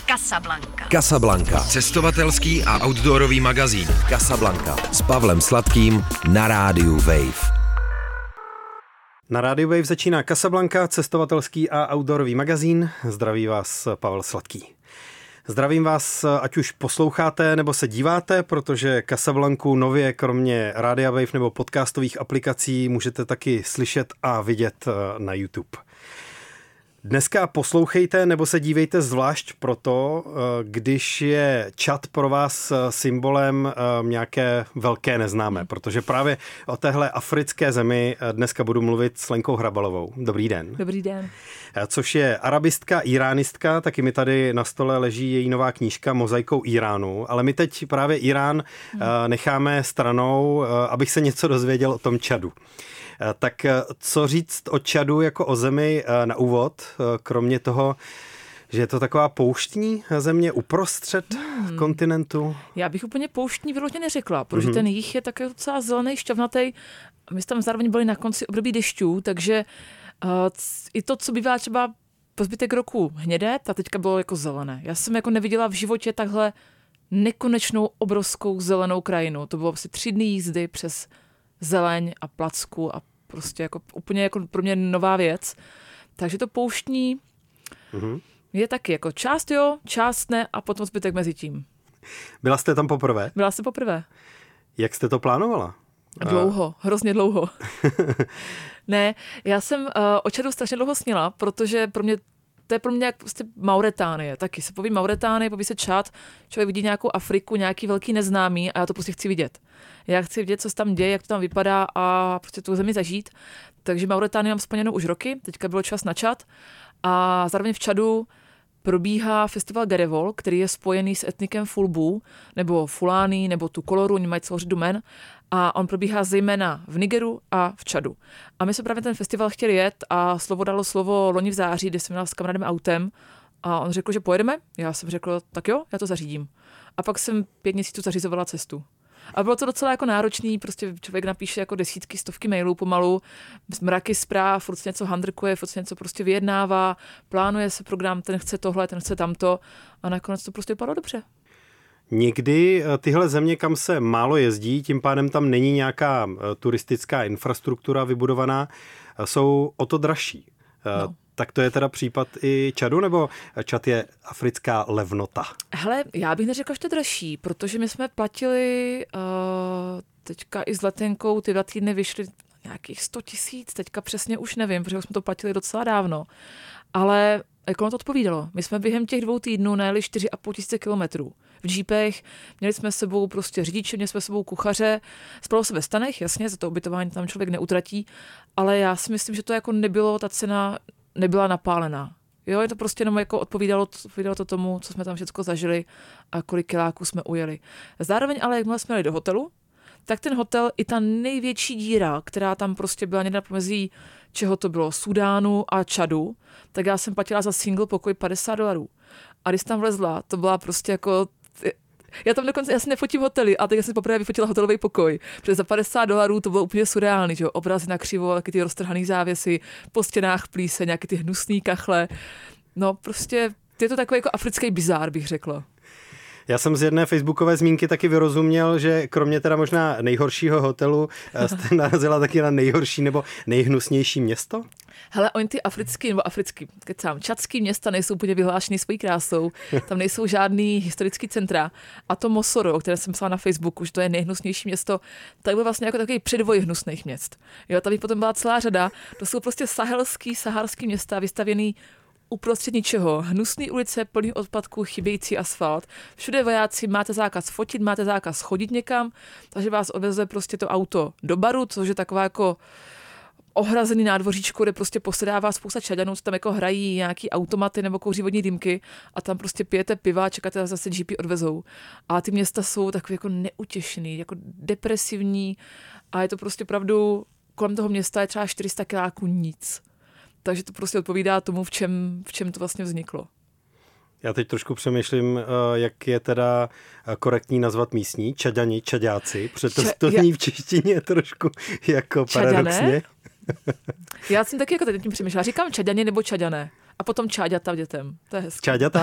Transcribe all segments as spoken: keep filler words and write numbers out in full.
Casablanca. Casablanca. Cestovatelský a outdoorový magazín. Casablanca. S Pavlem Sladkým na rádiu Wave. Na rádiu Wave začíná Casablanca, cestovatelský a outdoorový magazín. Zdraví vás Pavel Sladký. Zdravím vás, ať už posloucháte nebo se díváte, protože Casablancu nově kromě Rádia Wave nebo podcastových aplikací můžete taky slyšet a vidět na YouTube. Dneska poslouchejte nebo se dívejte zvlášť proto, když je Čad pro vás symbolem nějaké velké neznámé, protože právě o téhle africké zemi dneska budu mluvit s Lenkou Hrabalovou. Dobrý den. Dobrý den. Což je arabistka, iránistka, taky mi tady na stole leží její nová knížka Mozaikou Iránu, ale my teď právě Irán hmm. necháme stranou, abych se něco dozvěděl o tom Čadu. Tak co říct o Čadu jako o zemi na úvod, kromě toho, že je to taková pouštní země uprostřed hmm. kontinentu? Já bych úplně pouštní vyloženě neřekla, protože hmm. ten jih je také docela zelený, šťavnatý. My jsme tam zároveň byli na konci období dešťů, takže uh, i to, co bývá třeba po zbytek roku hnědé, ta teďka bylo jako zelené. Já jsem jako neviděla v životě takhle nekonečnou obrovskou zelenou krajinu. To bylo asi tři dny jízdy přes zeleň a placku a prostě jako úplně jako pro mě nová věc. Takže to pouštní mm-hmm. je taky jako část jo, část ne a potom zbytek mezi tím. Byla jste tam poprvé? Byla jsem poprvé. Jak jste to plánovala? Dlouho, hrozně dlouho. Ne, já jsem uh, o Čadu strašně dlouho snila, protože pro mě to je pro mě jak prostě Mauretánie. Taky se poví Mauretánie, poví se Čad, člověk vidí nějakou Afriku, nějaký velký neznámý a já to prostě chci vidět. Já chci vidět, co se tam děje, jak to tam vypadá a prostě tu zemi zažít. Takže Mauretánii mám splněnou už roky, teďka bylo čas na Čad a zároveň v Čadu probíhá festival Garevol, který je spojený s etnikem Fulbu, nebo Fulání, nebo tu Koloru, oni mají celou řadu men a on probíhá zejména v Nigeru a v Čadu. A my jsme právě ten festival chtěli jet a slovo dalo slovo loni v září, kde jsem měla s kamarádem autem a on řekl, že pojedeme. Já jsem řekla, tak jo, já to zařídím. A pak jsem pět měsíců zařizovala cestu. A bylo to docela jako náročný, prostě člověk napíše jako desítky, stovky mailů pomalu, mraky zpráv, furt něco handrkuje, furt něco prostě vyjednává, plánuje se program, ten chce tohle, ten chce tamto a nakonec to prostě vypadalo dobře. Někdy tyhle země, kam se málo jezdí, tím pádem tam není nějaká turistická infrastruktura vybudovaná, jsou o to dražší. No. Tak to je teda případ i Čadu, nebo Čad je africká levnota? Hele, já bych neřekla, že to je dražší, protože my jsme platili uh, teďka i s letenkou, ty dva týdny vyšly nějakých sto tisíc, teďka přesně už nevím, protože jsme to platili docela dávno, ale jako to odpovídalo. My jsme během těch dvou týdnů najeli čtyři a půl tisíce kilometrů. V džípech, měli jsme s sebou prostě řidiče, měli jsme s sebou kuchaře, spalo se ve stanech, jasně, za to ubytování tam člověk neutratí, ale já si myslím, že to jako nebylo, ta cena nebyla napálená. Jo, je to prostě jenom jako odpovídalo, odpovídalo to tomu, co jsme tam všechno zažili a kolik kiláků jsme ujeli. Zároveň ale, jakmile jsme jeli do hotelu, tak ten hotel i ta největší díra, která tam prostě byla někde pomezí, čeho to bylo, Súdánu a Čadu, tak já jsem platila za single pokoj padesát dolarů. A když tam vlezla, to byla prostě jako... Já tam dokonce, já si nefotím hotely, a teď jsem poprvé vyfotila hotelový pokoj, protože za padesát dolarů to bylo úplně surreální, že jo, obrazy na křivo, taky ty roztrhaný závěsy, po stěnách plíse, nějaké ty hnusný kachle. No prostě je to takový jako africký bizár, bych řekla. Já jsem z jedné facebookové zmínky taky vyrozuměl, že kromě teda možná nejhoršího hotelu jste narazila taky na nejhorší nebo nejhnusnější město? Hele, oni ty africký nebo africký, kecám, čadský města nejsou úplně vyhlášený svojí krásou, tam nejsou žádný historický centra a to Mosoro, o které jsem psala na Facebooku, že to je nejhnusnější město, tak byl vlastně jako takový předvoj hnusných měst. Jo, tam potom byla celá řada, to jsou prostě sahelský, saharský města vystavěný uprostřed ničeho, hnusný ulice, plný odpadků, chybějící asfalt. Všude vojáci, máte zákaz fotit, máte zákaz chodit někam, takže vás odveze prostě to auto do baru, což je taková jako ohrazený nádvoříčko, kde prostě posedává spousta Čaďanů, co tam jako hrají nějaký automaty nebo kouří vodní dýmky a tam prostě pijete piva a čekáte, zase G P odvezou. A ty města jsou takové jako neutěšený, jako depresivní a je to prostě opravdu, kolem toho města je třeba čtyři sta kiláků nic. Takže to prostě odpovídá tomu, v čem, v čem to vlastně vzniklo. Já teď trošku přemýšlím, jak je teda korektní nazvat místní, Čaďani, Čaďáci, protože to, to zní v češtině trošku jako paradoxně. Já jsem taky jako teď tím přemýšlela. Říkám Čaďani nebo Čaďané. A potom čáďata dětem. To je hezké. Čáďata?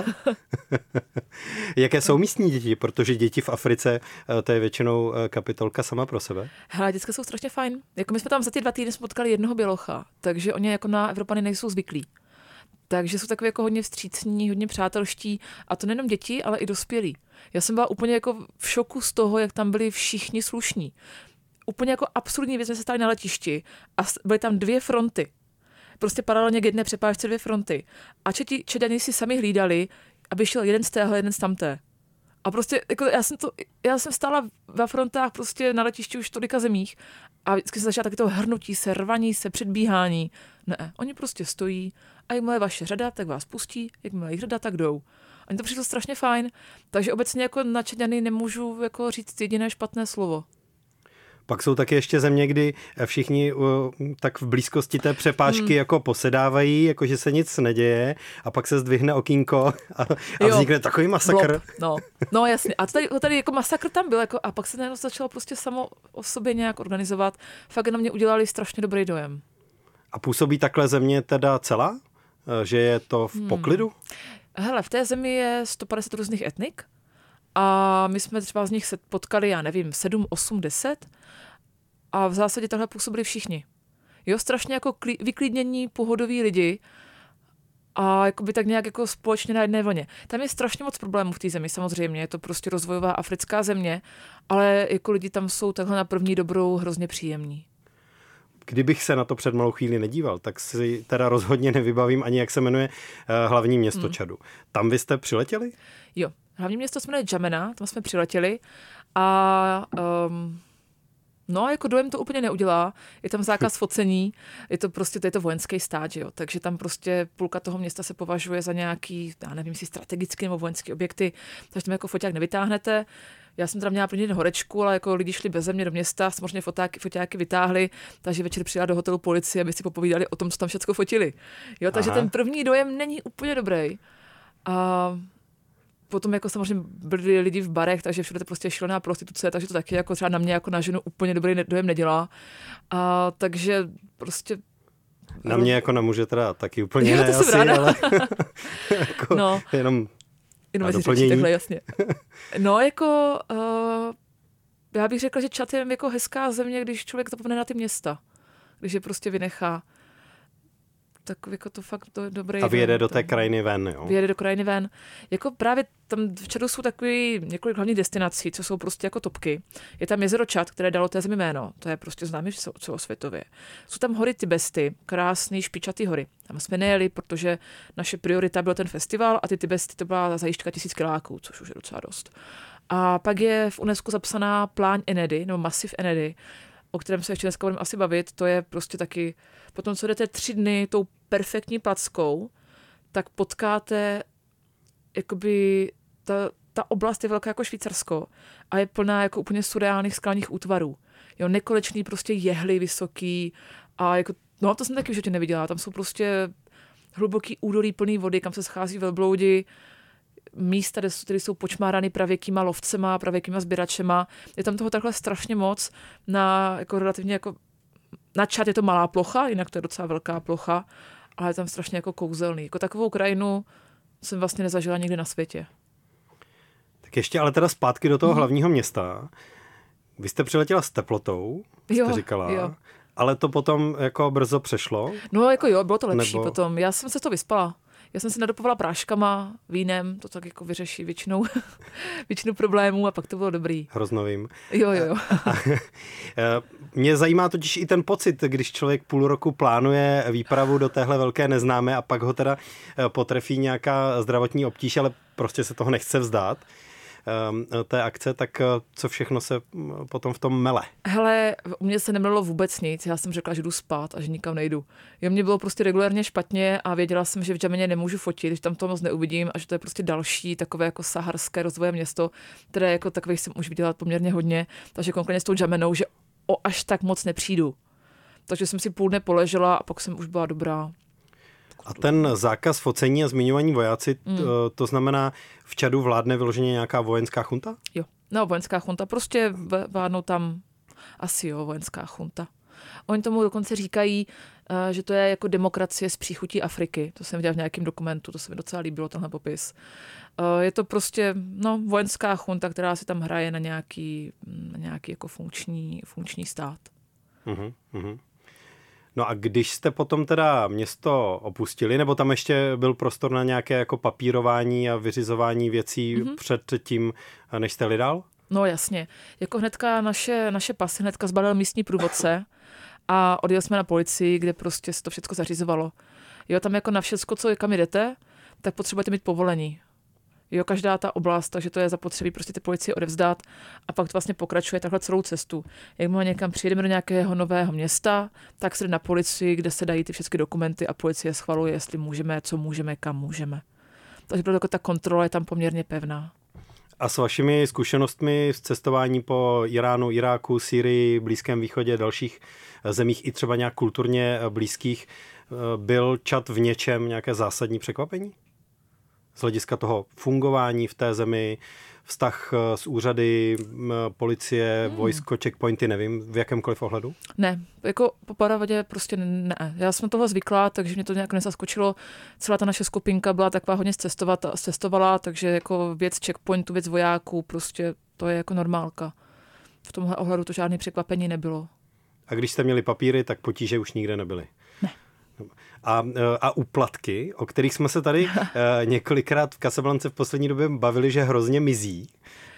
Jaké jsou místní děti? Protože děti v Africe, to je většinou kapitolka sama pro sebe. Hele, děcka jsou strašně fajn. Jako my jsme tam za ty dva týdny potkali jednoho bělocha, takže oni jako na Evropany nejsou zvyklí. Takže jsou takové jako hodně vstřícní, hodně přátelští a to nejenom děti, ale i dospělí. Já jsem byla úplně jako v šoku z toho, jak tam byli všichni slušní. Úplně jako absurdní věc, jsme se stali na letišti a byly tam dvě fronty. Prostě paralelně k jedné přepážce dvě fronty. A četi čeďani si sami hlídali, aby šel jeden z téhle, jeden z tamté. A prostě, jako já jsem to, já jsem stála ve frontách prostě na letišti už tolika zemích a vždycky se začala taky to hrnutí se, rvaní se, předbíhání. Ne, oni prostě stojí a jakmile je vaše řada, tak vás pustí, jakmile je jich řada, tak jdou. A mně to přišlo strašně fajn, takže obecně jako na Čeďany nemůžu jako říct jediné špatné slovo. Pak jsou taky ještě země, kdy všichni uh, tak v blízkosti té přepážky hmm. jako posedávají, jakože se nic neděje a pak se zdvihne okýnko a, a vznikne takový masakr. No, no jasně. A to tady, to tady jako masakr tam byl jako, a pak se najednou začalo prostě samo o sobě nějak organizovat. Fakt na mě udělali strašně dobrý dojem. A působí takhle země teda celá? Že je to v hmm. poklidu? Hele, v té zemi je sto padesát různých etnik a my jsme třeba z nich se potkali, já nevím, sedm, osm, deset a v zásadě takhle působili všichni. Jo, strašně jako klí, vyklidnění, pohodoví lidi a jakoby tak nějak jako společně na jedné vlně. Tam je strašně moc problémů v té zemi, samozřejmě, je to prostě rozvojová africká země, ale jako lidi tam jsou takhle na první dobrou hrozně příjemní. Kdybych se na to před malou chvíli nedíval, tak si teda rozhodně nevybavím ani, jak se jmenuje uh, hlavní město hmm. Čadu. Tam vy jste přiletěli? Jo, hlavní město se jmenuje Džamena, tam jsme přiletěli a um, no, jako dojem to úplně neudělá. Je tam zákaz focení, je to prostě, to je to vojenský stát, jo, takže tam prostě půlka toho města se považuje za nějaký, já nevím, jestli strategický nebo vojenský objekty, takže tam jako foťák nevytáhnete. Já jsem tam měla první den horečku, ale jako lidi šli beze mě do města, samozřejmě fotáky, foťáky vytáhli, takže večer přijela do hotelu policie, aby si popovídali o tom, co tam všechno fotili. Jo, takže Aha. ten první dojem není úplně dobrý. A potom jako samozřejmě byli lidi v barech, takže všude to prostě šílená prostituce, takže to taky jako třeba na mě jako na ženu úplně dobrý dojem nedělá. A takže prostě na mě jako na muže teda taky úplně jo, ne asi, ale jako no. jenom Jenom si řečí, takhle jasně. No jako, uh, já bych řekla, že Čad je jako hezká země, když člověk zapomene na ty města. Když je prostě vynechá. Tak jako to fakt to dobrý. A vyjede do té krajiny ven, jo? Vyjede do krajiny ven. Jako právě tam v Čadu jsou takový několik hlavních destinací, co jsou prostě jako topky. Je tam jezero Čad, které dalo té zemi jméno. To je prostě známé celosvětově. Jsou tam hory Tibesty, krásný špičatý hory. Tam jsme nejeli, protože naše priorita byl ten festival a ty Tibesty to byla zajížďka tisíc kiláků, což už je docela dost. A pak je v UNESCO zapsaná pláň Enedy, nebo masiv Enedy, o kterém se ještě dneska budeme asi bavit. To je prostě taky, potom co jdete tři dny tou perfektní plackou, tak potkáte, jakoby ta, ta oblast je velká jako Švýcarsko a je plná jako úplně surreálních skalních útvarů. Jo, nekonečný prostě jehly vysoký a jako, no to jsem taky v životě neviděla. Tam jsou prostě hluboký údolí plný vody, kam se schází velbloudi, místa, které jsou počmárány pravěkýma lovcema, pravěkýma sběračema. Je tam toho takhle strašně moc na jako relativně jako na Čad je to malá plocha, jinak to je docela velká plocha, ale je tam strašně jako kouzelný. Jako takovou krajinu jsem vlastně nezažila nikdy na světě. Tak ještě ale teda zpátky do toho hmm. hlavního města. Vy jste přiletěla s teplotou, jste jo, říkala, jo. ale to potom jako brzo přešlo? No jako jo, bylo to lepší Nebo... potom. Já jsem se to vyspala. Já jsem si nadopovala práškama, vínem, to tak jako vyřeší většinou, většinu problémů a pak to bylo dobrý. Hroznovým. Jo, jo, jo. Mě zajímá totiž i ten pocit, když člověk půl roku plánuje výpravu do téhle velké neznámé a pak ho teda potrefí nějaká zdravotní obtíž, ale prostě se toho nechce vzdát té akce, tak co všechno se potom v tom mele? Hele, u mě se nemelilo vůbec nic, já jsem řekla, že jdu spát a že nikam nejdu. Jo, mě bylo prostě regulárně špatně a věděla jsem, že v Džameně nemůžu fotit, že tam to moc neuvidím a že to je prostě další takové jako saharské rozvoje město, které jako takových jsem už viděla poměrně hodně, takže konkrétně s tou Džamenou, že o až tak moc nepřijdu. Takže jsem si půl dne poležela a pak jsem už byla dobrá. A ten zákaz focení a zmiňování vojáci, mm. to, to znamená, v Čadu vládne vyloženě nějaká vojenská chunta? Jo, no vojenská chunta, prostě vládnou tam asi jo, vojenská chunta. Oni tomu dokonce říkají, že to je jako demokracie s příchutí Afriky. To jsem viděla v nějakém dokumentu, to se mi docela líbilo, tenhle popis. Je to prostě no, vojenská chunta, která si tam hraje na nějaký, na nějaký jako funkční, funkční stát. Uhum, uhum. No a když jste potom teda město opustili, nebo tam ještě byl prostor na nějaké jako papírování a vyřizování věcí mm-hmm. před tím, než jste jeli dál? No jasně. Jako hnedka naše, naše pasy hnedka zbalil místní průvodce a odjeli jsme na policii, kde prostě se to všechno zařizovalo. Jo, tam jako na všecko, co kam jdete, tak potřebujete mít povolení. Jo, každá ta oblast, takže to je zapotřebí prostě ty policii odevzdat a pak to vlastně pokračuje takhle celou cestu. Jakmile někam přijedeme do nějakého nového města, tak se jde na policii, kde se dají ty všechny dokumenty a policie schvaluje, jestli můžeme, co můžeme, kam můžeme. Takže jako ta kontrola je tam poměrně pevná. A s vašimi zkušenostmi z cestování po Iránu, Iráku, Sýrii, Blízkém východě, dalších zemích i třeba nějak kulturně blízkých, byl Čad v něčem nějaké zásadní překvapení? Z hlediska toho fungování v té zemi, vztah s úřady, policie, hmm. vojsko, checkpointy, nevím, v jakémkoliv ohledu? Ne, jako po paravadě prostě ne. Já jsem toho zvyklá, takže mě to nějak nezaskočilo. Celá ta naše skupinka byla taková hodně cestovat, cestovala, takže jako věc checkpointu, věc vojáků, prostě to je jako normálka. V tomhle ohledu to žádné překvapení nebylo. A když jste měli papíry, tak potíže už nikde nebyly? Ne. A, a úplatky, o kterých jsme se tady několikrát v Casablance v poslední době bavili, že hrozně mizí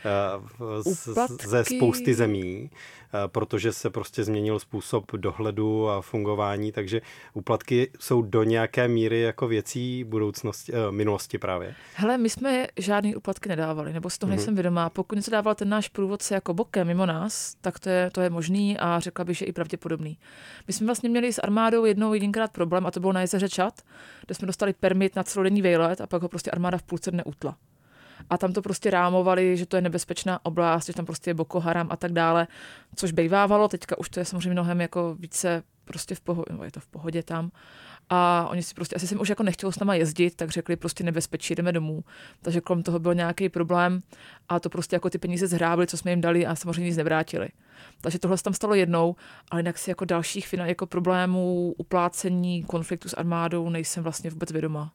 z, ze spousty zemí, protože se prostě změnil způsob dohledu a fungování, takže úplatky jsou do nějaké míry jako věcí budoucnosti, minulosti právě. Hele, my jsme žádný úplatky nedávali, nebo si toho nejsem mm-hmm. vědomá. Pokud něco dával ten náš průvodce jako bokem mimo nás, tak to je, to je možný a řekla bych, že i pravděpodobný. My jsme vlastně měli s armádou jednou jedinkrát problém a to bylo na jezeře Čad, kde jsme dostali permit na celodenní vejlet a pak ho prostě armáda v půlce dne utla. A tam to prostě rámovali, že to je nebezpečná oblast, že tam prostě je Boko Haram a tak dále, což bejvávalo. Teďka už to je samozřejmě mnohem jako více prostě v pohodě, je to v pohodě tam. A oni si prostě, asi jsem už jako nechtěl s náma jezdit, tak řekli prostě nebezpečí, jdeme domů. Takže kolem toho byl nějaký problém a to prostě jako ty peníze zhrábili, co jsme jim dali a samozřejmě nic nevrátili. Takže tohle se tam stalo jednou, ale jinak si jako dalších jako problémů, uplácení, konfliktu s armádou nejsem vlastně vůbec vědoma.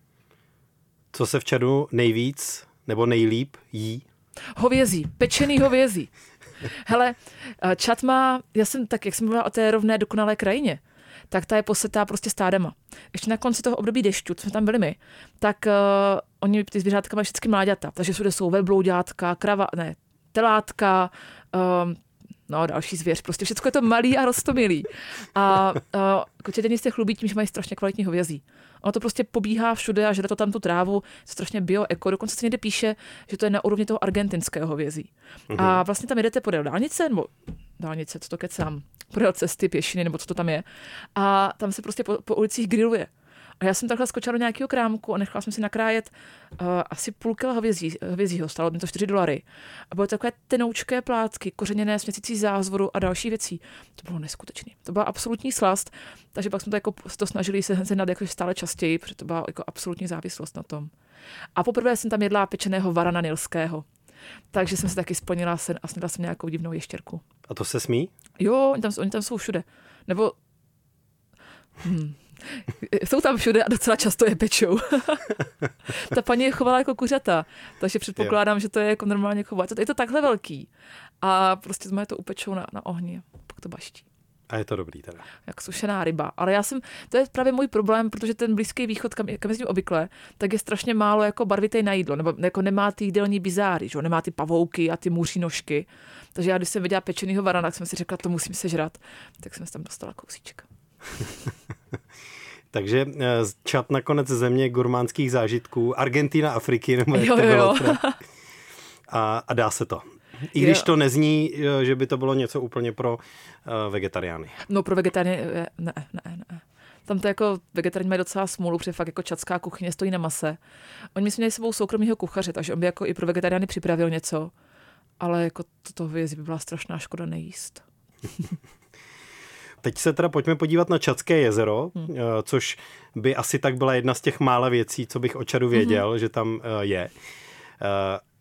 Co se v Čadu nejvíc nebo nejlíp jí? Hovězí, pečený hovězí. Hele, Čad má, já jsem tak, jak jsem mluvila o té rovné dokonalé krajině, tak ta je posetá prostě stádama. Ještě na konci toho období dešťu, co jsme tam byli my, tak uh, oni ty zvířátka mají všechny mláďata, takže všude jsou velblouďátka, krava, ne, telátka, um, no další zvěř, prostě všechno je to malý a roztomilý. A uh, Čeděni se chlubí tím, že mají strašně kvalitní hovězí. Ono to prostě pobíhá všude a žere to tam tu trávu, strašně bio-eko, dokonce se někde píše, že to je na úrovni toho argentinského hovězí. Uh-huh. A vlastně tam jedete podél dálnice, nebo dálnice, co to kecám, podél cesty, pěšiny, nebo co to tam je. A tam se prostě po, po ulicích grilluje. A já jsem takhle skočila do nějakého krámku a nechala jsem si nakrájet uh, asi půl kila hovězí, hovězího, stalo mi to čtyři dolary. A byly takové tenoučké plátky, kořeněné s měsící zázvoru a další věcí. To bylo neskutečné. To byla absolutní slast, takže pak jsme to, jako, to snažili se hned jako stále častěji, protože to byla jako absolutní závislost na tom. A poprvé jsem tam jedla pečeného varana nilského. Takže jsem se taky splnila sen a snědla jsem nějakou divnou ještěrku. A to se smí? Jo, oni tam, oni tam jsou všude. Nebo... Hmm. Jsou tam všude a docela často je pečou. Ta paní je chovala jako kuřata, takže předpokládám, jo. že to je jako normálně chovat. Je to takhle velký a prostě jsme to upečou na, na ohni, pak to baští. A je to dobrý teda. Jak sušená ryba. Ale já jsem, to je právě můj problém, protože ten Blízký východ, kam, kam jezdím obvykle, tak je strašně málo jako barvitej na jídlo, nebo jako nemá ty jídelní bizáry, že? Nemá ty pavouky a ty můří nožky. Takže já, když jsem viděla pečenýho varana, tak jsem si řekla, to musím sežrat, tak jsem si tam dostala kousíček. Takže Čad nakonec země gurmánských zážitků, Argentina Afriky, nebo jak jo, to bylo. Jo. A, a dá se to. I když jo. to nezní, že by to bylo něco úplně pro uh, vegetariány. No pro vegetariány ne, ne, ne. Tam to jako vegetariáni mají docela smůlu, protože fakt jako čadská kuchyně stojí na mase. Oni myslím, měli sebou soukromýho kuchaře, takže on by jako i pro vegetariány připravil něco, ale jako toto vězí by byla strašná škoda nejíst. Teď se teda pojďme podívat na Čadské jezero, hmm. což by asi tak byla jedna z těch mála věcí, co bych o Čadu věděl, hmm. že tam je,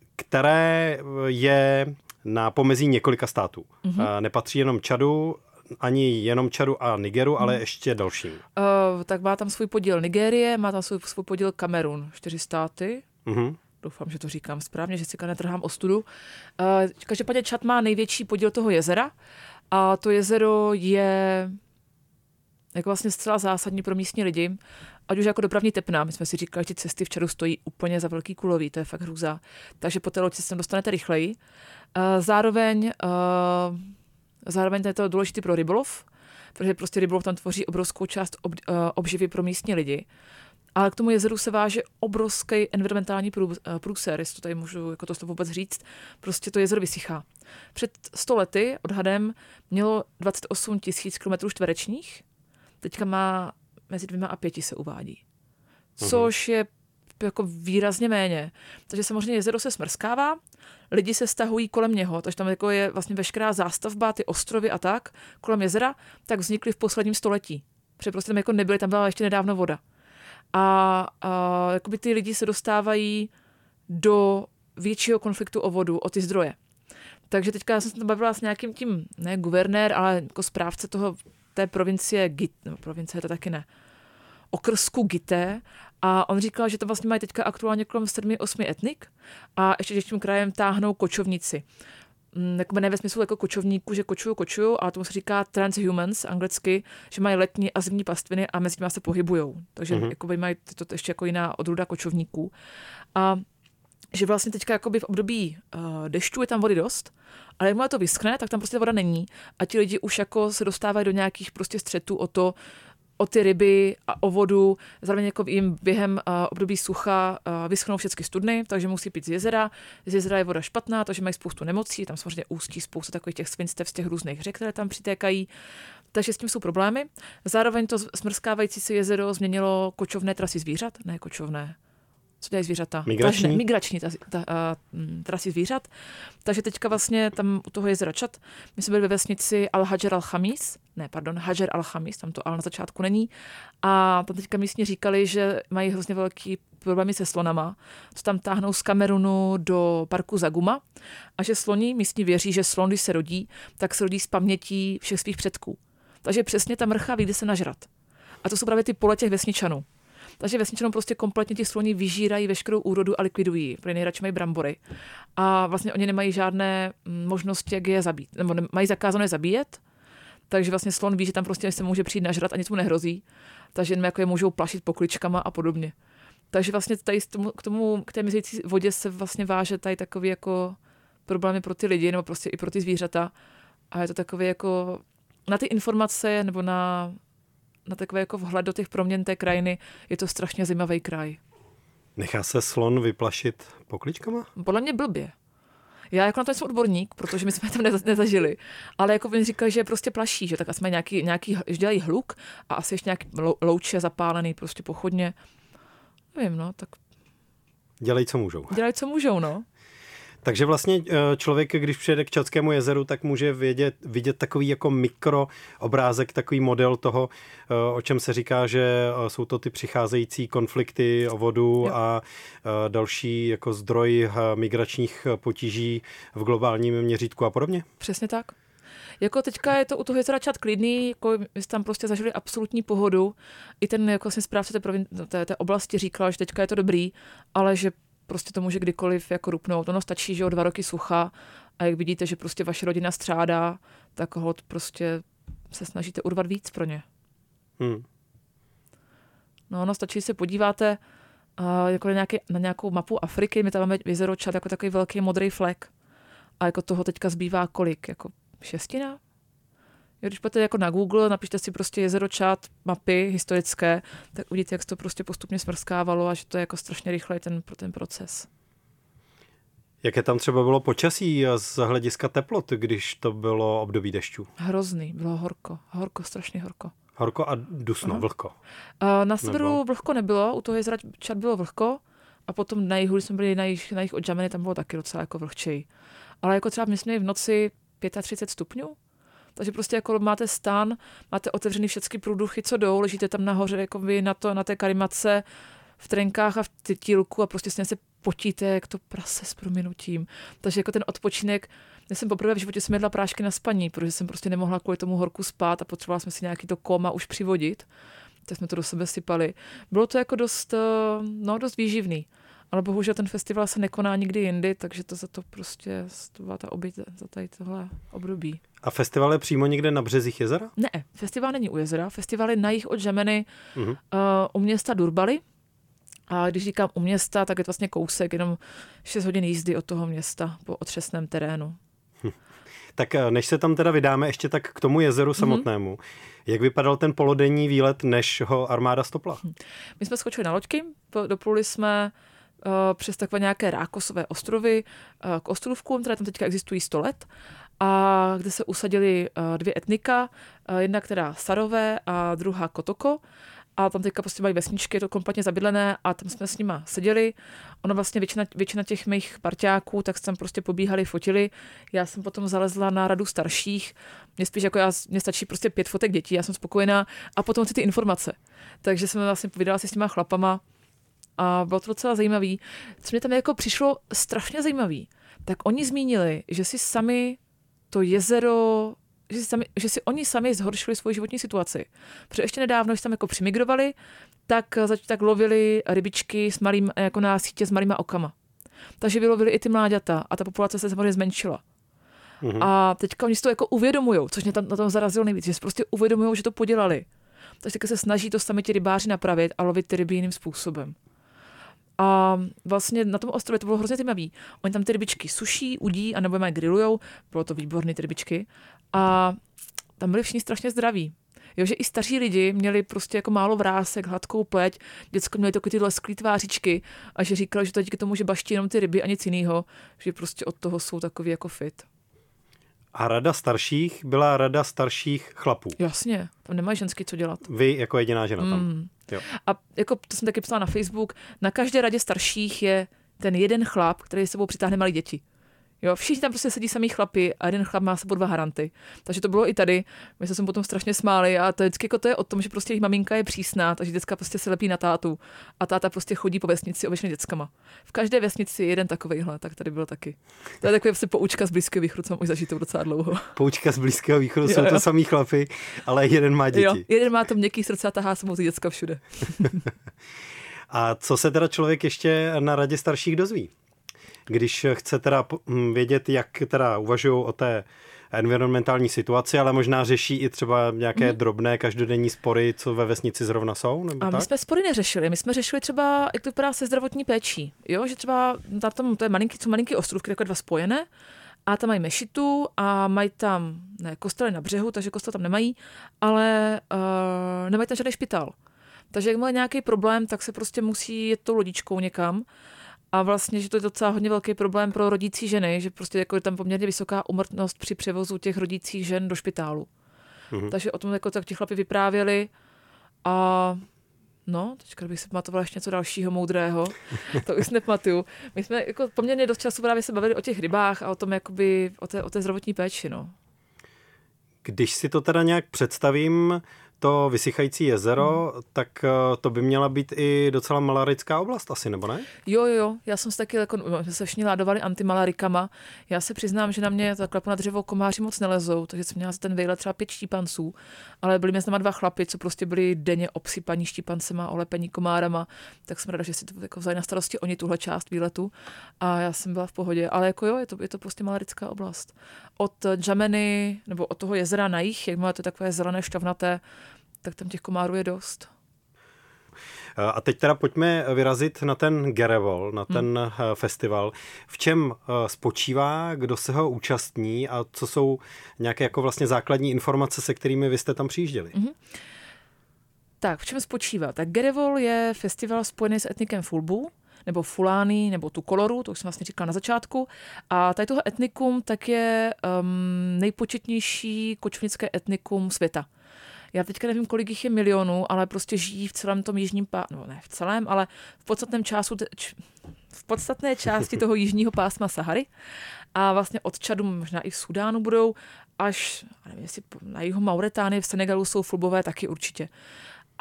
které je na pomezí několika států. Hmm. Nepatří jenom Čadu, ani jenom Čadu a Nigeru, ale ještě dalším. Uh, tak má tam svůj podíl Nigérie, má tam svůj, svůj podíl Kamerun, čtyři státy. Uh-huh. Doufám, že to říkám správně, že si netrhám ostudu. Uh, každopádně Čad má největší podíl toho jezera a to jezero je jako vlastně zcela zásadní pro místní lidi, ať už jako dopravní tepna. My jsme si říkali, že ty cesty v Čadu stojí úplně za velký kulový, to je fakt hrůza. Takže po té loďce se sem dostanete rychleji. Uh, zároveň, uh, zároveň je to důležité pro rybolov, protože prostě rybolov tam tvoří obrovskou část ob, uh, obživy pro místní lidi. Ale k tomu jezeru se váže obrovský environmentální prů, průser, jestli to tady můžu jako to vůbec říct. Prostě to jezero vysychá. Před sto lety odhadem mělo dvacet osm tisíc kilometrů čtverečních, teďka má mezi dvěma a pěti se uvádí. Což je jako výrazně méně. Takže samozřejmě jezero se smrskává, lidi se stahují kolem něho, takže tam jako je vlastně veškerá zástavba, ty ostrovy a tak, kolem jezera, tak vznikly v posledním století. Protože prostě tam jako nebyly, tam byla ještě nedávno voda. A, a jakoby ty lidi se dostávají do většího konfliktu o vodu, o ty zdroje. Takže teďka já jsem se tam bavila s nějakým tím, ne guvernér, ale jako správce toho, té provincie Git, no provincie to taky ne, okrsku Gité, a on říkal, že to vlastně mají teďka aktuálně kolem sedmi, osmi etnik a ještě že tím krajem táhnou kočovníci. Jako ne ve smyslu jako kočovníků, že kočují, kočují, ale tomu se říká transhumans anglicky, že mají letní a zimní pastviny a mezi nimi se pohybujou. Takže mm-hmm. jako mají to, to ještě jako jiná odrůda kočovníků. A že vlastně teďka jakoby v období uh, dešťů je tam vody dost, ale jakmile to vyschne, tak tam prostě voda není a ti lidi už jako se dostávají do nějakých prostě střetů o to, o ty ryby a o vodu. Zároveň jako jim během uh, období sucha uh, vyschnou všechny studny, takže musí pít z jezera. Z jezera je voda špatná, takže mají spoustu nemocí, tam samozřejmě ústí spousta takových těch svinstev z těch různých řek, které tam přitékají. Takže s tím jsou problémy. Zároveň to smrskávající se jezero změnilo kočovné trasy zvířat, ne kočovné. Co dělají zvířata? Migrační? Tažné, migrační ta, ta, ta, trasy zvířat. Takže teďka vlastně tam u toho jezera Čad, my jsme byli ve vesnici Al-Hajar Al-Khamis, ne, pardon, Hajar Al-Khamis, tam to ale na začátku není. A tam teďka místně říkali, že mají hrozně velký problémy se slonama, co tam táhnou z Kamerunu do parku Zaguma a že sloni, místní věří, že slon, když se rodí, tak se rodí z pamětí všech svých předků. Takže přesně ta mrcha vyjde se nažrat. A to jsou právě ty pole těch vesničanů. Takže vesničanům prostě kompletně ti sloni vyžírají veškerou úrodu a likvidují, protože nejradši mají brambory. A vlastně oni nemají žádné možnosti, jak je zabít. Nebo mají zakázané zabíjet, takže vlastně slon ví, že tam prostě se může přijít nažrat a nic mu nehrozí. Takže jen jako je můžou plašit pokličkama a podobně. Takže vlastně tady k tomu, k té mizející vodě se vlastně váže tady takový jako problémy pro ty lidi, nebo prostě i pro ty zvířata. A je to takový jako na ty informace, nebo na na takové jako vhled do těch proměn té krajiny, je to strašně zajímavý kraj. Nechá se slon vyplašit pokličkama? Podle mě blbě. Já jako na to jsem odborník, protože my jsme tam nezažili, ale jako oni říkali, že je prostě plaší, že tak asi mají nějaký, nějaký, že dělají hluk a asi ještě nějaký louče zapálený prostě pochodně. Nevím, no, tak... Dělají, co můžou. Dělají, co můžou, no. Takže vlastně člověk, když přijede k Čadskému jezeru, tak může vědět, vidět takový jako mikroobrázek, takový model toho, o čem se říká, že jsou to ty přicházející konflikty o vodu jo. a další jako zdroj migračních potíží v globálním měřítku a podobně? Přesně tak. Jako teďka je to u toho jezera Čad klidný, jako my tam prostě zažili absolutní pohodu. I ten jako vlastně správce té, provin- té, té oblasti říkal, že teďka je to dobrý, ale že prostě to může kdykoliv jako rupnout. Ono stačí, že o dva roky sucha a jak vidíte, že prostě vaše rodina střádá, tak hod prostě se snažíte urvat víc pro ně. Hmm. No, ono stačí, se podíváte uh, jako na, nějaký, na nějakou mapu Afriky, my tam máme jezero Čad jako takový velký modrý flek a jako toho teďka zbývá kolik? Jako šestina? Jo, když půjdete jako na Google, napište si prostě jezero Čad, mapy historické, tak uvidíte, jak se to prostě postupně smrskávalo a že to je jako strašně rychlej ten, ten proces. Jaké tam třeba bylo počasí z hlediska teplot, když to bylo období dešťů? Hrozný, bylo horko, horko, strašně horko. Horko a dusno, Aha. vlhko. Uh, na severu Nebo... vlhko nebylo, u toho jezera Čad bylo vlhko a potom na jihu, když jsme byli na jich, na jich od Džameny, tam bylo taky docela jako vlhčej. Ale jako třeba my jsme v noci třicet pět stupňů, takže prostě jako máte stan, máte otevřený všechny průduchy, co jdou, ležíte tam nahoře jako vy na, to, na té karimatce v trenkách a v tytílku a prostě se potíte jak to prase s prominutím. Takže jako ten odpočinek, já jsem poprvé v životě jsem jedla prášky na spaní, protože jsem prostě nemohla kvůli tomu horku spát a potřebovala jsme si nějaký to koma už přivodit. Tak jsme to do sebe sypali. Bylo to jako dost, no, dost výživný. Ale bohužel ten festival se nekoná nikdy jindy, takže to za to prostě byla ta oběť za tady tohle období. A festival je přímo někde na březích jezera? Ne, festival není u jezera. Festival je na jih od Žemeny, uh-huh. uh, u města Durbaly. A když říkám u města, tak je to vlastně kousek, jenom šest hodin jízdy od toho města po otřesném terénu. Hm. Tak než se tam teda vydáme ještě tak k tomu jezeru samotnému, mm-hmm. jak vypadal ten polodenní výlet, než ho armáda stopla? My jsme skočili na loďky, dopluli jsme uh, přes takové nějaké rákosové ostrovy uh, k ostrovkům, které tam teďka existují sto let, a kde se usadili uh, dvě etnika, uh, jedna, která Sarové a druhá Kotoko. A tam teďka prostě mají vesničky, je to kompletně zabydlené a tam jsme s nima seděli. Ono vlastně většina, většina těch mých parťáků, tak tam prostě pobíhali, fotili. Já jsem potom zalezla na radu starších. Mně spíš jako já, mně stačí prostě pět fotek dětí, já jsem spokojená a potom si ty informace. Takže jsem vlastně vydala si s těma chlapama a bylo to docela zajímavý. Co mě tam jako přišlo strašně zajímavý, tak oni zmínili, že si sami to jezero Že si, sami, že si oni sami zhoršili svoji životní situaci. Protože ještě nedávno, když tam jako přimigrovali, tak, tak lovili rybičky s malým, jako na sítě s malýma okama. Takže vylovili i ty mláďata a ta populace se samozřejmě zmenšila. Mm-hmm. A teďka oni si to jako uvědomujou, což mě tam na tom zarazilo nejvíc, že si prostě uvědomujou, že to podělali. Takže se snaží to sami ti rybáři napravit a lovit ty ryby jiným způsobem. A vlastně na tom ostrově to bylo hrozně zajímavý. Oni tam ty rybičky suší, udí a nebo je mají grillujou. Bylo to výborné ty rybičky. A tam byli všichni strašně zdraví. Jo, že i staří lidi měli prostě jako málo vrásek, hladkou pleť, děcko měli takové ty lesklý tvářičky a že říkali, že to díky tomu, že baští jenom ty ryby a nic jiného, že prostě od toho jsou takový jako fit. A rada starších byla rada starších chlapů. Jasně, tam nemají ženský co dělat. Vy jako jediná žena tam. Mm. Jo. A jako to jsem taky psala na Facebook, na každé radě starších je ten jeden chlap, který s sebou přitáhne malé děti. Jo, všichni tam prostě sedí samý chlapi a jeden chlap má sebou dva haranty. Takže to bylo i tady. My jsme se potom strašně smáli a to vždycky jako to je o tom, že prostě jejich maminka je přísná, takže děcka prostě se lepí na tátu a táta prostě chodí po vesnici ověšený dětskama. V každé vesnici je jeden takovejhle, tak tady byl taky. To je takový prostě poučka z Blízkého východu, co mám už zažitou docela dlouho. Poučka z Blízkého východu, jsou to samý chlapi, ale jeden má děti. Jo, jeden má to měkký srdce a tahá sebou ty děcka všude. A co se teda člověk ještě na radě starších dozví? Když chce teda vědět, jak teda uvažují o té environmentální situaci, ale možná řeší i třeba nějaké hmm. drobné každodenní spory, co ve vesnici zrovna jsou? Nebo a my tak? jsme spory neřešili. My jsme řešili třeba, jak to vypadá se zdravotní péčí. Jo, že třeba na tom, to je malinký, co malinký ostrůvky, jako dva spojené, a tam mají mešitu a mají tam, ne, kostely na břehu, takže kostel tam nemají, ale uh, nemají tam žádný špitál. Takže jak má nějaký problém, tak se prostě musí jet tou lodičkou někam. A vlastně, že to je docela hodně velký problém pro rodící ženy, že prostě jako je tam poměrně vysoká úmrtnost při převozu těch rodících žen do špitálu. Mm-hmm. Takže o tom jako tak ti chlapi vyprávěli a no, teďka bych si pamatovala ještě něco dalšího moudrého, to už nepamatuju. My jsme jako poměrně dost času právě se bavili o těch rybách a o tom jakoby, o té, o té zdravotní péči, no. Když si to teda nějak představím, to vysychající jezero, hmm. tak to by měla být i docela malarická oblast asi, nebo ne? Jo, jo, jo. Já jsem se taky, jako, jsme se všichni ládovali antimalarikama. Já se přiznám, že na mě takhle na dřevo komáři moc nelezou, takže jsem měla za ten vejlet třeba pět štípanců, ale byli mezi náma dva chlapi, co prostě byli denně obsypaní štípancema, olepení komárama, tak jsem ráda, že si to jako vzali na starosti oni tuhle část výletu a já jsem byla v pohodě. Ale jako jo, je to, je to prostě malarická oblast. Od Džameny, nebo od toho jezera na jih, jak má to takové zelené štavnaté, tak tam těch komárů je dost. A teď teda pojďme vyrazit na ten Gerevol, na ten hmm. festival. V čem spočívá, kdo se ho účastní a co jsou nějaké jako vlastně základní informace, se kterými vy jste tam přijížděli? Hmm. Tak, v čem spočívá? Tak Gerevol je festival spojený s etnikem Fulbu, nebo Fulání, nebo tu Koloru, to už jsem vlastně říkala na začátku. A tady toho etnikum tak je um, nejpočetnější kočovnické etnikum světa. Já teďka nevím, kolik jich je milionů, ale prostě žijí v celém tom jižním pásmu, no ne v celém, ale v podstatném čásu, v podstatné části toho jižního pásma Sahary. A vlastně od Čadu, možná i v Sudánu budou, až, nevím, jestli na jihu Mauretánii, v Senegalu jsou Fulbové taky určitě.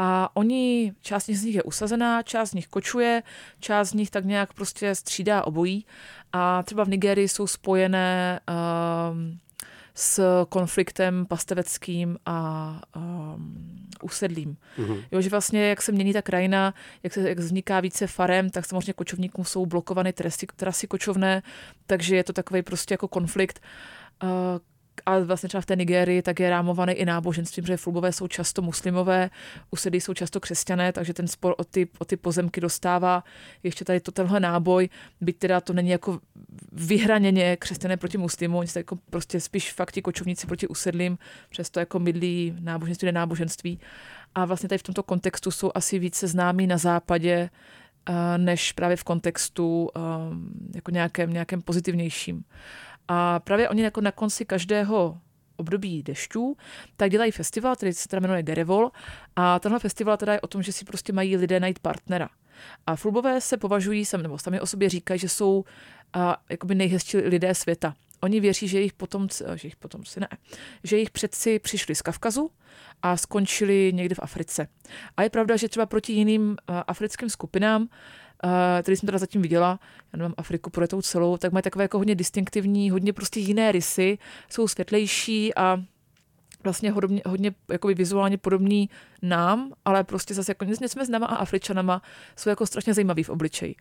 A oni, část z nich je usazená, část z nich kočuje, část z nich tak nějak prostě střídá obojí. A třeba v Nigérii jsou spojené um, s konfliktem pasteveckým a um, usedlým. Mm-hmm. Jo, že vlastně, jak se mění ta krajina, jak, se, jak vzniká více farem, tak samozřejmě kočovníkům jsou blokovány trasy, trasy kočovné, takže je to takový prostě jako konflikt. Uh, a vlastně třeba v té Nigérii tak je rámovaný i náboženstvím, protože Fulbové jsou často muslimové, usedlí jsou často křesťané, takže ten spor o ty, o ty pozemky dostává ještě tady to, tenhle náboj, byť teda to není jako vyhraněně křesťané proti muslimům, oni jsou jako prostě spíš fakt ti kočovníci proti usedlým, přesto jako mydlí náboženství, nenáboženství. A vlastně tady v tomto kontextu jsou asi více známí na západě, než právě v kontextu jako nějakém, nějakém pozitivnějším. A právě oni jako na konci každého období dešťů, tak dělají festival, který se teda jmenuje Gerevol. A tenhle festival teda je o tom, že si prostě mají lidé najít partnera. A Fulbové se považují, nebo sami o sobě říkají, že jsou a, jakoby nejhezčí lidé světa. Oni věří, že jejich potomci, že jejich potomci ne, že jejich předci přišli z Kavkazu a skončili někde v Africe. A je pravda, že třeba proti jiným a, africkým skupinám, který jsem teda zatím viděla, já nemám Afriku projetou celou, tak mají takové jako hodně distinktivní, hodně prostě jiné rysy, jsou světlejší a vlastně hodně, hodně jakoby vizuálně podobný nám, ale prostě zase jako něco jsme s náma a Afričanama, jsou jako strašně zajímavý v obličeji.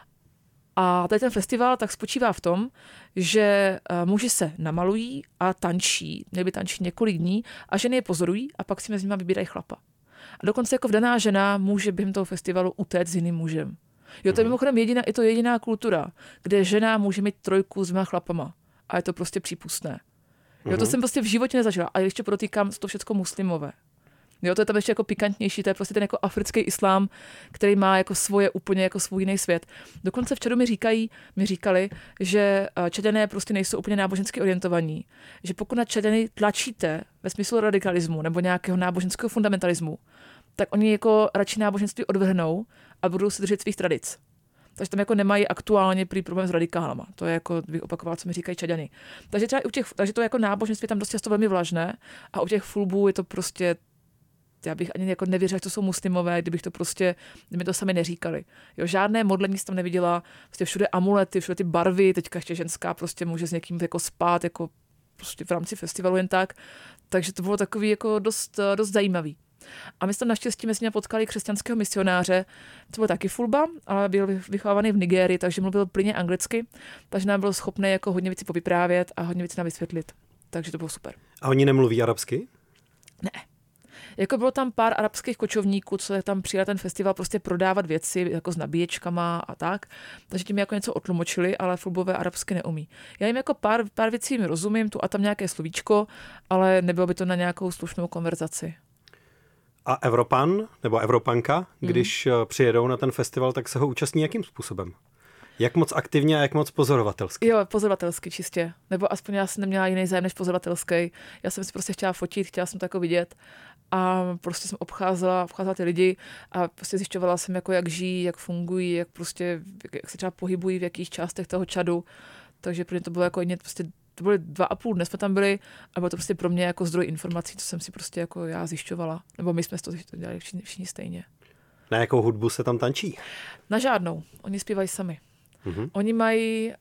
A tady ten festival tak spočívá v tom, že muži se namalují a tančí, měli by tančit několik dní a ženy je pozorují a pak si mezi nimi vybírají chlapa. A dokonce jako vdaná žena může během toho festivalu utéct s jiným mužem. Jo, to je mimochodem jediná, je to jediná kultura, kde žena může mít trojku s dvěma chlapama. A je to prostě přípustné. Jo, to jsem prostě v životě nezažila. A ještě podotýkám, to všechno muslimové. Jo, to je tam ještě jako pikantnější, to je prostě ten jako africký islám, který má jako svoje úplně jako svůj jiný svět. Dokonce v Čadu mi říkají, mi říkali, že Čaďané prostě nejsou úplně nábožensky orientovaní. Že pokud na Čaďany tlačíte ve smyslu radikalismu nebo nějakého náboženského fundamentalismu, tak oni jako radši náboženství odvrhnou a budou se držet svých tradic. Takže tam jako nemají aktuálně prý problém s radikálama. To je jako, bych opakoval, co mi říkají Čaďani. Takže třeba u těch, takže to jako náboženství je tam dost často velmi vlažné a u těch Fulbů je to prostě, já bych ani jako nevěřila, že to jsou muslimové, kdybych to prostě, kdyby to sami neříkali. Jo, žádné modlení jsem tam neviděla, prostě všude amulety, všude ty barvy, teďka ještě ženská prostě může s někým jako spát, jako prostě v rámci festivalu jen tak. Takže to bylo takový jako dost, dost zajímavý. A my jsme tam naštěstí mezi ně potkali křesťanského misionáře, to byl taky Fulba, ale byl vychovávaný v Nigérii, takže mluvil plně anglicky, takže nám byl schopný jako hodně věcí povyprávět a hodně věcí nám vysvětlit. Takže to bylo super. A oni nemluví arabsky? Ne. Jako bylo tam pár arabských kočovníků, co tam přijel ten festival prostě prodávat věci jako s nabíječkama a tak. Takže tím jako něco otlumočili, ale Fulbové arabsky neumí. Já jim jako pár, pár věcí jim rozumím, tu a tam nějaké slovíčko, ale nebylo by to na nějakou slušnou konverzaci. A Evropan nebo Evropanka, když hmm. přijedou na ten festival, tak se ho účastní jakým způsobem? Jak moc aktivně a jak moc pozorovatelsky? Jo, pozorovatelsky čistě. Nebo aspoň já jsem neměla jiný zájem než pozorovatelský. Já jsem si prostě chtěla fotit, chtěla jsem to jako vidět. A prostě jsem obcházela, obcházela ty lidi a prostě zjišťovala jsem, jako jak žijí, jak fungují, jak prostě, jak se třeba pohybují, v jakých částech toho Čadu. Takže pro mě to bylo jako jedně prostě to byly dva a půl dne jsme tam byli a bylo to prostě pro mě jako zdroj informací, co jsem si prostě jako já zjišťovala. Nebo my jsme to dělali všichni, všichni stejně. Na jakou hudbu se tam tančí? Na žádnou. Oni zpívají sami. Mm-hmm. Oni mají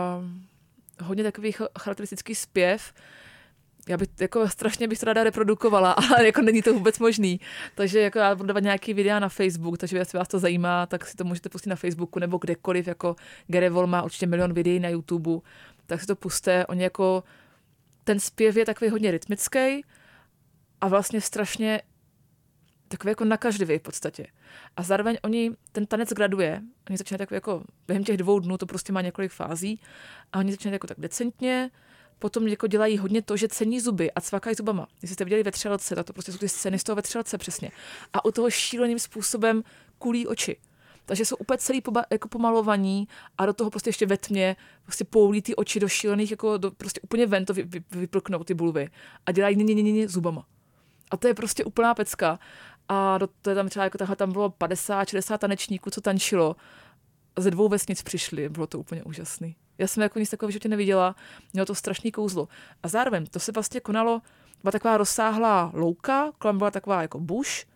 uh, hodně takový charakteristický zpěv. Já bych jako strašně bych to ráda reprodukovala, ale jako není to vůbec možný. Takže jako já budu dávat nějaký videa na Facebook, takže jestli vás to zajímá, tak si to můžete pustit na Facebooku nebo kdekoliv. Jako Gerevol má určitě milion videí na YouTube, tak si to puste. Oni jako ten zpěv je takový hodně rytmický a vlastně strašně takový jako nakažlivý v podstatě. A zároveň oni, ten tanec graduje, oni začínají takový jako, během těch dvou dnů to prostě má několik fází a oni začínají jako tak decentně, potom jako dělají hodně to, že cení zuby a cvakají zubama. Když jste viděli Vetřelce, tak to prostě jsou ty scény z toho Vetřelce přesně. A u toho šíleným způsobem kulí oči. Takže jsou úplně celý poba, jako pomalovaní a do toho prostě ještě ve tmě prostě poulí ty oči do šílených, jako do, prostě úplně ven to vy, vy, vyplknou ty bulvy a dělají ně, ně, ně, ně, zubama. A to je prostě úplná pecka. A do, to je tam třeba jako tahle, tam bylo padesát šedesát tanečníků, co tančilo. Ze dvou vesnic přišli, bylo to úplně úžasný. Já jsem jako nic takového v životě neviděla, mělo to strašný kouzlo. A zároveň to se vlastně konalo, byla taková rozsáhlá louka, kolem byla taková jako buš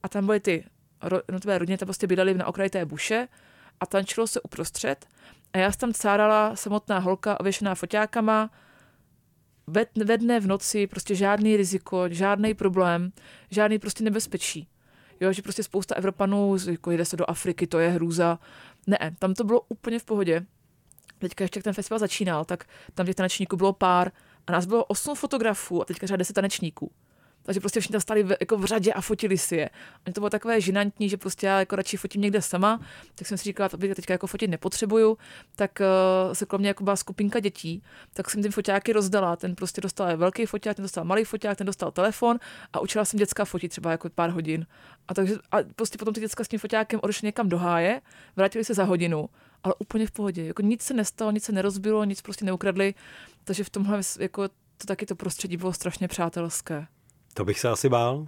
a tam byly ty jednotlivé rodiny, tam prostě bydleli na okraji té buše a tančilo se uprostřed a já jsem tam cárala samotná holka ověšená foťákama, ve, ve dne, v noci, prostě žádný riziko, žádný problém, žádný prostě nebezpečí. Jo, že prostě spousta Evropanů, jako jde se do Afriky, to je hrůza. Ne, tam to bylo úplně v pohodě. Teďka ještě jak ten festival začínal, tak tam těch tanečníků bylo pár a nás bylo osm fotografů a teďka třeba deset tanečníků. Takže prostě všichni tam stáli v, jako v řadě a fotili si je. A to bylo takové žinantní, že prostě já jako radši fotím někde sama, tak jsem si říkala, že teďka jako fotit nepotřebuju, tak uh, se kolem mě jako byla skupinka dětí, tak jsem ty foťáky rozdala. Ten prostě dostal velký foťák, ten dostal malý foťák, ten dostal telefon a učila jsem děcka fotit třeba jako pár hodin. A takže a prostě potom ty děcka s tím foťákem odešly někam do háje, vrátili se za hodinu, ale úplně v pohodě. Jako nic se nestalo, nic se nerozbilo, nic prostě neukradli, takže v tomhle jako to taky to prostředí bylo strašně přátelské. To bych se asi bál,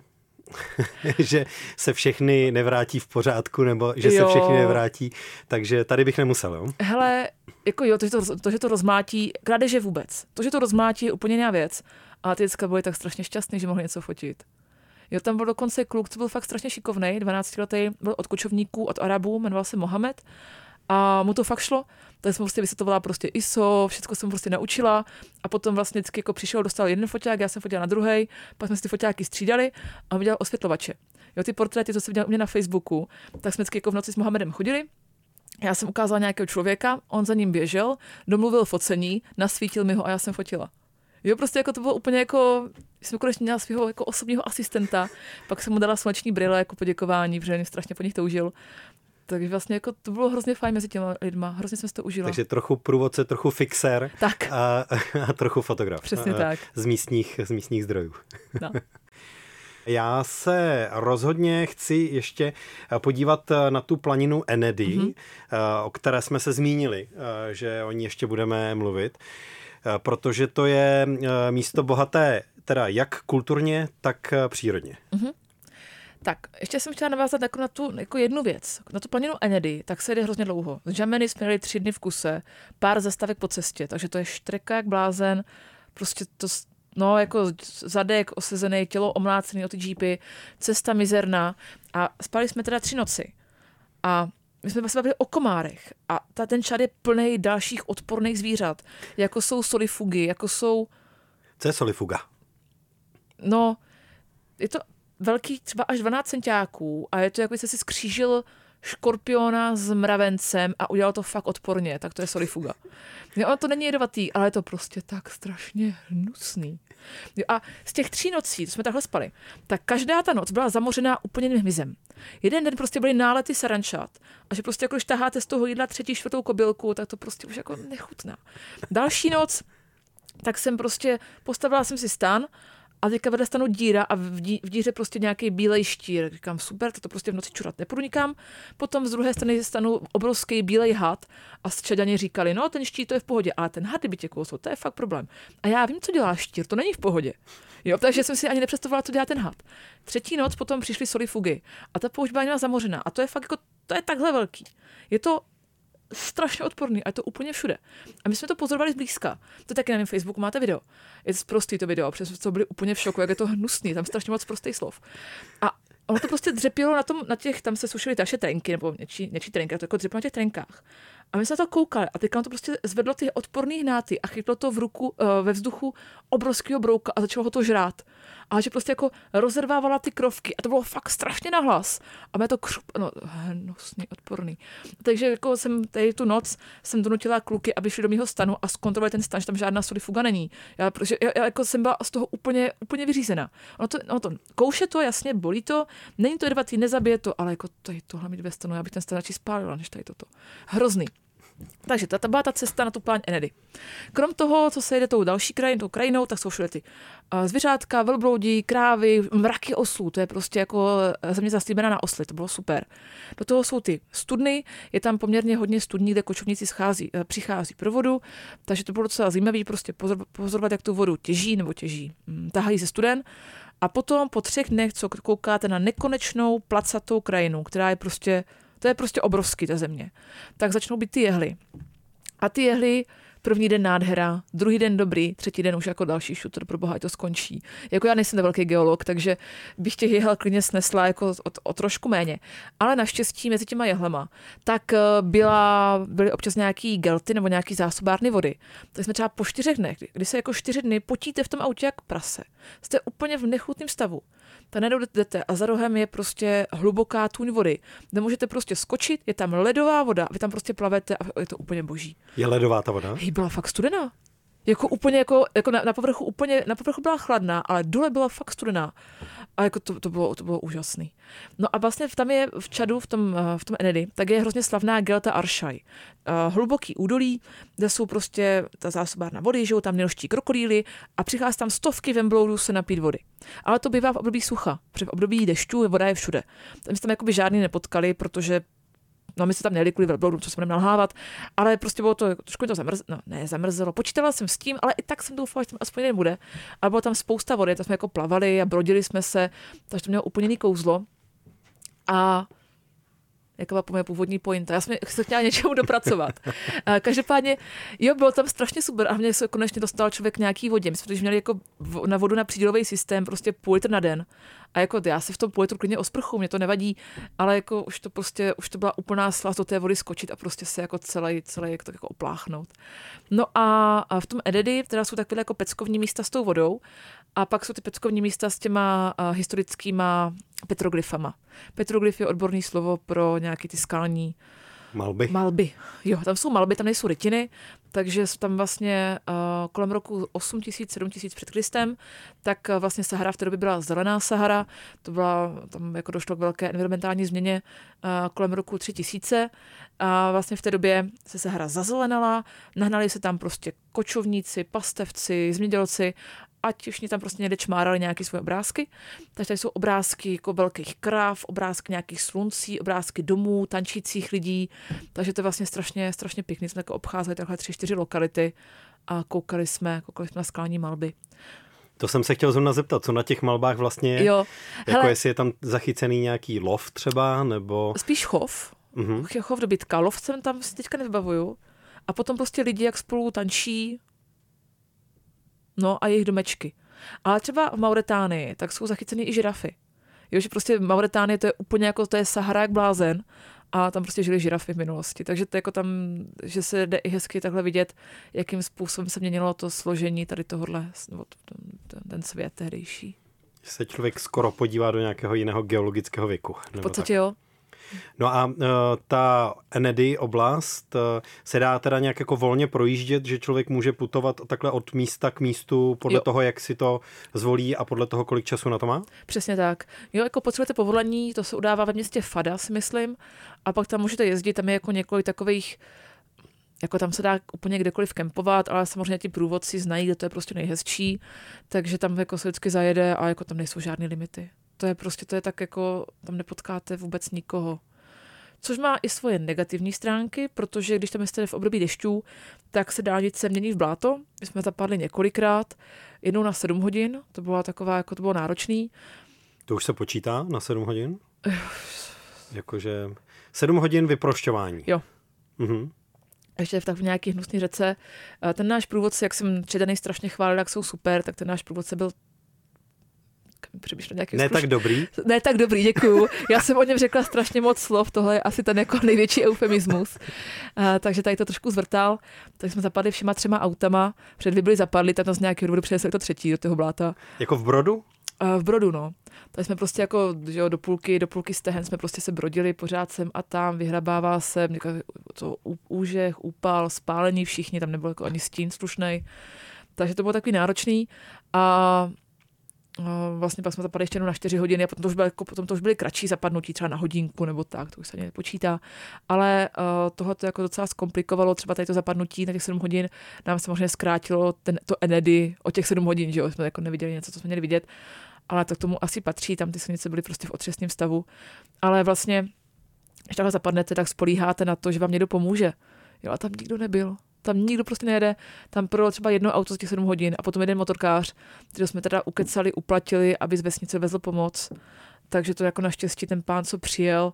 že se všechny nevrátí v pořádku, nebo že jo. se všechny nevrátí, takže tady bych nemusel, jo? Hele, jako jo, to, že to, to, že to rozmátí, krádeže vůbec, to, že to rozmátí je úplně jiná věc. A ty děcka byly tak strašně šťastný, že mohli něco fotit. Jo, tam byl dokonce kluk, co byl fakt strašně šikovnej, dvanáctiletý, byl od kočovníků, od Arabů, jmenoval se Mohamed. A mu to fakt šlo, tak jsem prostě vysvětlovala prostě I S O, všechno jsem prostě naučila a potom vlastně vždycky jako přišel, dostal jeden foťák, já jsem fotila na druhej, pak jsme si ty foťáky střídali a udělal osvětlovače. Jo, ty portréty, co se viděl u mě na Facebooku, tak jsme vždycky jako v noci s Mohamedem chodili. Já jsem ukázala nějakého člověka, on za ním běžel, domluvil focení, nasvítil mi ho a já jsem fotila. Jo, prostě jako to bylo úplně jako, jsem konečně měla svého jako osobního asistenta, pak jsem mu dala sluneční brýle jako poděkování, protože mě strašně po nich toužil. Takže vlastně jako to bylo hrozně fajn mezi těma lidma, hrozně jsem si to užila. Takže trochu průvodce, trochu fixér tak. A, a trochu fotograf. Přesně a, tak. Z místních, z místních zdrojů. No. Já se rozhodně chci ještě podívat na tu planinu Enedy, mm-hmm. o které jsme se zmínili, že o ní ještě budeme mluvit, protože to je místo bohaté teda jak kulturně, tak přírodně. Mm-hmm. Tak, ještě jsem chtěla navázat jako na tu jako jednu věc. Na tu planinu Enedy, tak se jde hrozně dlouho. Z Džameny jsme jeli tři dny v kuse, pár zastavek po cestě, takže to je štreka jak blázen, prostě to, no jako zadek osezený, tělo omlácený o ty džípy, cesta mizerná a spali jsme teda tři noci. A my jsme vlastně bavili o komárech a ta, ten čad je plný dalších odporných zvířat, jako jsou solifugy, jako jsou... Co je solifuga? No, je to velký třeba až dvanáct centiáků a je to, jako jste si skřížil škorpiona s mravencem a udělal to fakt odporně, tak to je solifuga. Jo, ono to není jedovatý, ale je to prostě tak strašně hnusný. Jo, a z těch tří nocí, co jsme takhle spali, tak každá ta noc byla zamořená úplně jiným hmyzem. Jeden den prostě byly nálety sarančat a že prostě jako když taháte z toho jídla třetí, čtvrtou kobylku, tak to prostě už jako nechutná. Další noc, tak jsem prostě, postavila jsem si stan a teďka vedle stanu díra a v, dí, v díře prostě nějaký bílej štír. Říkám, super, to prostě v noci čurat nepůjdu nikam. Potom z druhé strany stanu obrovský bílej had a Čaďani říkali, no ten štír to je v pohodě, ale ten had, kdyby tě kousl, to je fakt problém. A já vím, co dělá štír, to není v pohodě. Jo, takže jsem si ani nepředstavovala, co dělá ten had. Třetí noc potom přišly solifugy a ta poušť byla zamořená a to je fakt jako, to je takhle velký. Je to strašně odporný a je to úplně všude. A my jsme to pozorovali zblízka. To taky na mém Facebooku máte video. Je to prostý to video, protože jsme to byli úplně v šoku, jak je to hnusný, tam strašně moc prostých slov. A ono to prostě dřepilo na tom, na těch, tam se sušily taše trenky, nebo něčí, něčí trenky, to jako dřepilo na těch trenkách. A my jsme to koukali a teďka to prostě zvedlo ty odporný hnáty a chytlo to v ruku, uh, ve vzduchu obrovského brouka a začalo ho to žrát. A že prostě jako rozervávala ty krovky a to bylo fakt strašně nahlas. A mě to křup, no hnusný, odporný. Takže jako jsem tady tu noc jsem donutila kluky, aby šli do mého stanu a zkontrolovali ten stan, že tam žádná solifuga není. Já, protože já, já jako jsem byla z toho úplně, úplně vyřízená. Ono to, ono to kouše to, jasně, bolí to, není to jedovatý, nezabije to, ale jako tady tohle mít ve stanu, já bych ten stan radši spálila, než tady toto. Hrozný. Takže ta, ta byla ta cesta na tu pláň Enedy. Krom toho, co se jede tou další krajinou, tou krajinou, tak jsou všude ty uh, zvířátka, velbloudi, krávy, mraky oslů, to je prostě jako země zaslíbená na osly, to bylo super. Do toho jsou ty studny, je tam poměrně hodně studní, kde kočovníci schází, uh, přichází pro vodu, takže to bylo docela zajímavé prostě pozor, pozorovat, jak tu vodu těží, nebo těží, hm, tahají ze studen. A potom po třech dnech, co koukáte na nekonečnou placatou krajinu, která je prostě to je prostě obrovský, ta země. Tak začnou být ty jehly. A ty jehly První den nádhera, druhý den dobrý, třetí den už jako další šutr, pro boha, to skončí. Jako já nejsem velký geolog, takže bych těch jehel klidně snesla jako o, o trošku méně. Ale naštěstí mezi těma jehlema, tak byla, byly občas nějaký gelty nebo nějaký zásobárny vody. Tak jsme třeba po čtyřech dnech, kdy se jako čtyři dny potíte v tom autě jak prase. Jste úplně v nechutném stavu. Ta nedojdete a za rohem je prostě hluboká tůň vody, kde můžete prostě skočit, je tam ledová voda, vy tam prostě plavete a je to úplně boží. Je ledová ta voda? Hej, byla fakt studená. Jako úplně jako, jako na, na povrchu úplně, na povrchu byla chladná, ale dole byla fakt studená. A jako to, to, bylo, to bylo úžasný. No a vlastně tam je v Čadu, v tom, v tom Enedi, tak je hrozně slavná Gelta Aršaj. Uh, hluboký údolí, kde jsou prostě ta zásobárna vody, žijou tam nilští krokodýly a přichází tam stovky vembloudů se napít vody. Ale to bývá v období sucha, protože v období dešťů voda je všude. Tam se tam jakoby žádný nepotkali, protože no my se tam nejeli kvůli velbloudům, co se budeme nalhávat, ale prostě bylo to, trošku to zamrzlo, no ne, zamrzelo, počítala jsem s tím, ale i tak jsem doufala, že tam aspoň jeden bude. A bylo tam spousta vody, tam jsme jako plavali a brodili jsme se, takže to mělo úplně jiný kouzlo. A jaká byla moje původní pointa. Já jsem se chtěla něčemu dopracovat. Každopádně, jo, bylo tam strašně super a hlavně se konečně dostal člověk k nějaký vodě. My jsme totiž měli jako na vodu na přídělový systém prostě půl litr na den. A jako já se v tom půl litru klidně osprchu, mě to nevadí, ale jako už to prostě, už to byla úplná slast do té vody skočit a prostě se jako celý, celý jak to jako opláchnout. No a, a v tom Enedi teda jsou takové jako peckovní místa s tou vodou a pak jsou ty peckovní místa s těma uh, historickýma petroglyfama. Petroglyf je odborný slovo pro nějaký ty skalní malby. Malby. Jo, tam jsou malby, tam nejsou rytiny, takže tam vlastně uh, kolem roku osm tisíc, sedm tisíc před Kristem, tak uh, vlastně Sahara v té době byla zelená Sahara, to byla, tam jako došlo k velké environmentální změně uh, kolem roku tři tisíce a vlastně v té době se Sahara zazelenala, nahnali se tam prostě kočovníci, pastevci, zemědělci a ti všichni tam prostě někde čmárali nějaké svoje obrázky. Takže tady jsou obrázky jako velkých krav, obrázky nějakých sluncí, obrázky domů, tančících lidí. Takže to je vlastně strašně, strašně pěkný. Jsme jako obcházeli takhle tři, čtyři lokality a koukali jsme, koukali jsme na skalní malby. To jsem se chtěl zrovna zeptat, co na těch malbách vlastně je? Jo. Jako hele, jestli je tam zachycený nějaký lov třeba, nebo... Spíš chov. Uh-huh. Chov dobytka. Lov jsem tam si teďka nevybavuju. A potom prostě lidi, jak spolu tančí, no a jejich domečky. Ale třeba v Mauretánii, tak jsou zachyceny i žirafy. Jo, že prostě v Mauretánie to je úplně jako, to je Sahara jak blázen a tam prostě žili žirafy v minulosti. Takže to jako tam, že se jde i hezky takhle vidět, jakým způsobem se měnilo to složení tady tohohle, ten, ten svět tehdejší. Se člověk skoro podívá do nějakého jiného geologického věku. V podstatě jo. No a uh, ta Enedi oblast uh, se dá teda nějak jako volně projíždět, že člověk může putovat takhle od místa k místu podle jo. toho, jak si to zvolí a podle toho, kolik času na to má? Přesně tak. Jo, jako potřebujete povolení, to se udává ve městě Fada, si myslím, a pak tam můžete jezdit, tam je jako několik takových, jako tam se dá úplně kdekoliv kempovat, ale samozřejmě ti průvodci znají, kde to je prostě nejhezčí, takže tam jako se vždycky zajede a jako tam nejsou žádné limity. To je prostě, to je tak jako, tam nepotkáte vůbec nikoho. Což má i svoje negativní stránky, protože když tam jste v období dešťů, tak se dálnice mění v bláto. My jsme zapadli několikrát, jednou na sedm hodin, to bylo taková, jako to bylo náročný. To už se počítá na sedm hodin? Jakože sedm hodin vyprošťování. Jo. Mhm. Ještě v tak v nějaký hnusný řece. Ten náš průvodce, jak jsem Čedanej strašně chválil, jak jsou super, tak ten náš průvodce byl ne zkuš... tak dobrý. Ne tak dobrý, děkuju. Já jsem o něm řekla strašně moc slov, tohle je asi ten jako největší eufemismus. A, takže tady to trošku zvrtal. Tak jsme zapadli všema třema autama, před dvě byli zapadli, tak nás z nějakého důvodu přinesli to třetí do toho bláta. Jako v Brodu? A v Brodu, no. Tak jsme prostě jako že jo, do půlky, do půlky stehen jsme prostě se brodili pořád sem a tam, vyhrabává se, to úžeh, úpal, spálení všichni, tam nebyl jako ani stín slušnej. Takže to bylo takový náročný a vlastně pak jsme zapadli ještě jenom na čtyři hodiny a potom to už, bylo, jako, potom to už byly kratší zapadnutí, třeba na hodinku nebo tak, to už se ani nepočítá. Ale uh, tohle to jako docela zkomplikovalo, třeba tady to zapadnutí na těch sedm hodin nám samozřejmě zkrátilo ten, to Enedi o těch sedm hodin, že jo, jsme jako neviděli něco, co jsme měli vidět, ale to k tomu asi patří, tam ty silnice byly prostě v otřesném stavu. Ale vlastně, když takhle zapadnete, tak spolíháte na to, že vám někdo pomůže. Jo, a tam nikdo nebyl. Tam nikdo prostě nejede, tam projelo třeba jedno auto z těch sedm hodin a potom jeden motorkář, který jsme teda ukecali, uplatili, aby z vesnice vezl pomoc. Takže to jako naštěstí ten pán, co přijel,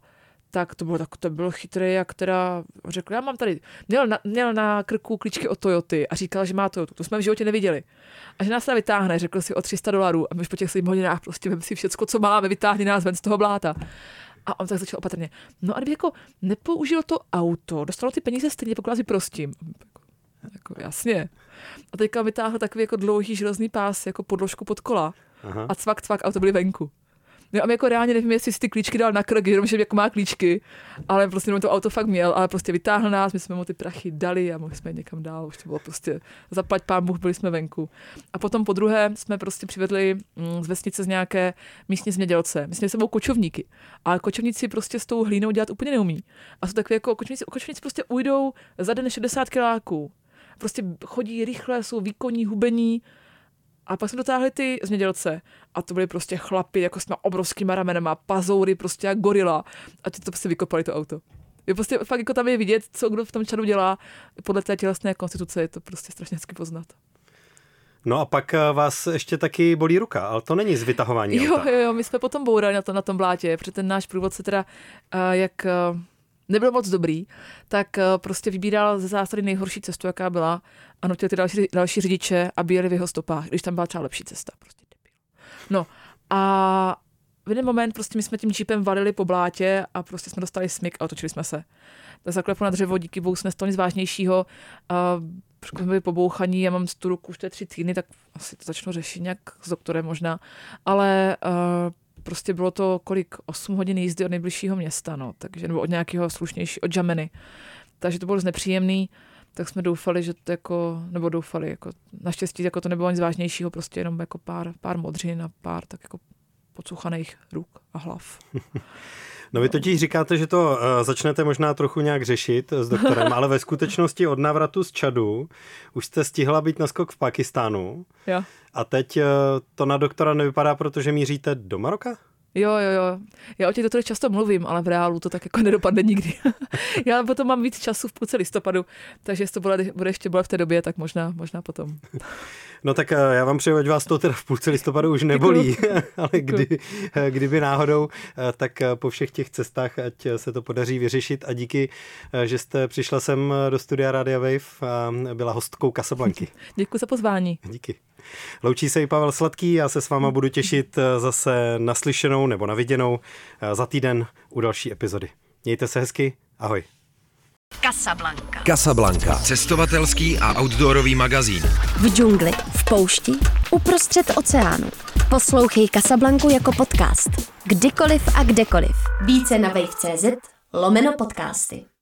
tak to bylo, tak to bylo chytrý, jak teda řekl, já mám tady, měl na, měl na krku klíčky od Toyoty a říkal, že má Toyotu, to jsme v životě neviděli. A že nás teda vytáhne, řekl si o tři sta dolarů a my už po těch sedmi hodinách prostě vem si všecko, co máme, vytáhni nás ven z toho bláta. A on tak začal opatrně, no a kdyby jako nepoužil to auto, dostalo ty peníze stejně, pokud vás vyprostím. Jako, jasně. A teďka vytáhl takový jako dlouhý železný pás, jako podložku pod kola. Aha. A cvak, cvak, auto byly venku. No a my jako reálně nevím, jestli si ty klíčky dal na krk, jenom že jako má klíčky, ale prostě to auto fakt měl, ale prostě vytáhl nás, my jsme mu ty prachy dali a mohli jsme jít někam dál, už to bylo prostě zaplať pán Bůh, byli jsme venku. A potom po druhé jsme prostě přivedli z vesnice z nějaké místní zemědělce. My jsme sebou kočovníky. A kočovníci prostě s tou hlínou dělat úplně neumí. A jsou takové jako kočovníci, kočovníci prostě ujdou za den šedesát kiláků. Prostě chodí rychle, jsou výkonní, hubení. A pak jsme dotáhli ty zemědělce a to byly prostě chlapy jako s těma obrovskýma ramenema, pazoury prostě jak gorila a ty to prostě vykopali to auto. Je prostě fakt jako tam je vidět, co kdo v tom čadu dělá podle té tělesné konstituce, je to prostě strašně hezky poznat. No a pak vás ještě taky bolí ruka, ale to není z vytahování jo, auta. Jo, jo, my jsme potom bourali na, to, na tom blátě, protože ten náš průvodce teda uh, jak... Uh, nebyl moc dobrý, tak prostě vybíral ze zásady nejhorší cestu, jaká byla a nutil ty další, další řidiče, aby jeli v jeho stopách, když tam byla třeba lepší cesta. Prostě no a v jeden moment prostě my jsme tím jeepem valili po blátě a prostě jsme dostali smyk a otočili jsme se. Tak zakleplo na dřevo, díky bohu jsme nestalo nic vážnějšího. A jsme byli pobouchaní, já mám tu ruku už té tři týdny, tak asi to začnu řešit nějak s doktorem možná. Ale uh, prostě bylo to kolik, osm hodin jízdy od nejbližšího města, no, takže nebo od nějakého slušnější, od Jameny. Takže to bylo nepříjemný, tak jsme doufali, že to jako, nebo doufali, jako naštěstí jako to nebylo nic vážnějšího, prostě jenom jako pár, pár modřin a pár tak jako pocuchaných ruk a hlav. No vy totiž říkáte, že to uh, začnete možná trochu nějak řešit s doktorem, ale ve skutečnosti od návratu z Čadu už jste stihla být na skok v Pákistánu. Jo. A teď uh, to na doktora nevypadá, protože míříte do Maroka? Jo, jo, jo. Já o těch doktorech často mluvím, ale v reálu to tak jako nedopadne nikdy. Já potom mám víc času v půlce listopadu, takže jestli to bude, bude ještě bolet v té době, tak možná, možná potom. No tak já vám přeju, ať vás to teda v půlce listopadu už nebolí, ale kdy, kdyby náhodou, tak po všech těch cestách, ať se to podaří vyřešit a díky, že jste přišla sem do studia Rádia Wave a byla hostkou Casablanky. Děkuji za pozvání. Díky. Loučí se i Pavel Sladký, já se s váma budu těšit zase naslyšenou nebo naviděnou za týden u další epizody. Mějte se hezky, ahoj. Casablanca. Casablanca. Cestovatelský a outdoorový magazín. V džungli, v poušti, uprostřed oceánu. Poslouchej Casablanku jako podcast. Kdykoliv a kdekoliv. Více na wave tečka cé zet lomeno podcasty.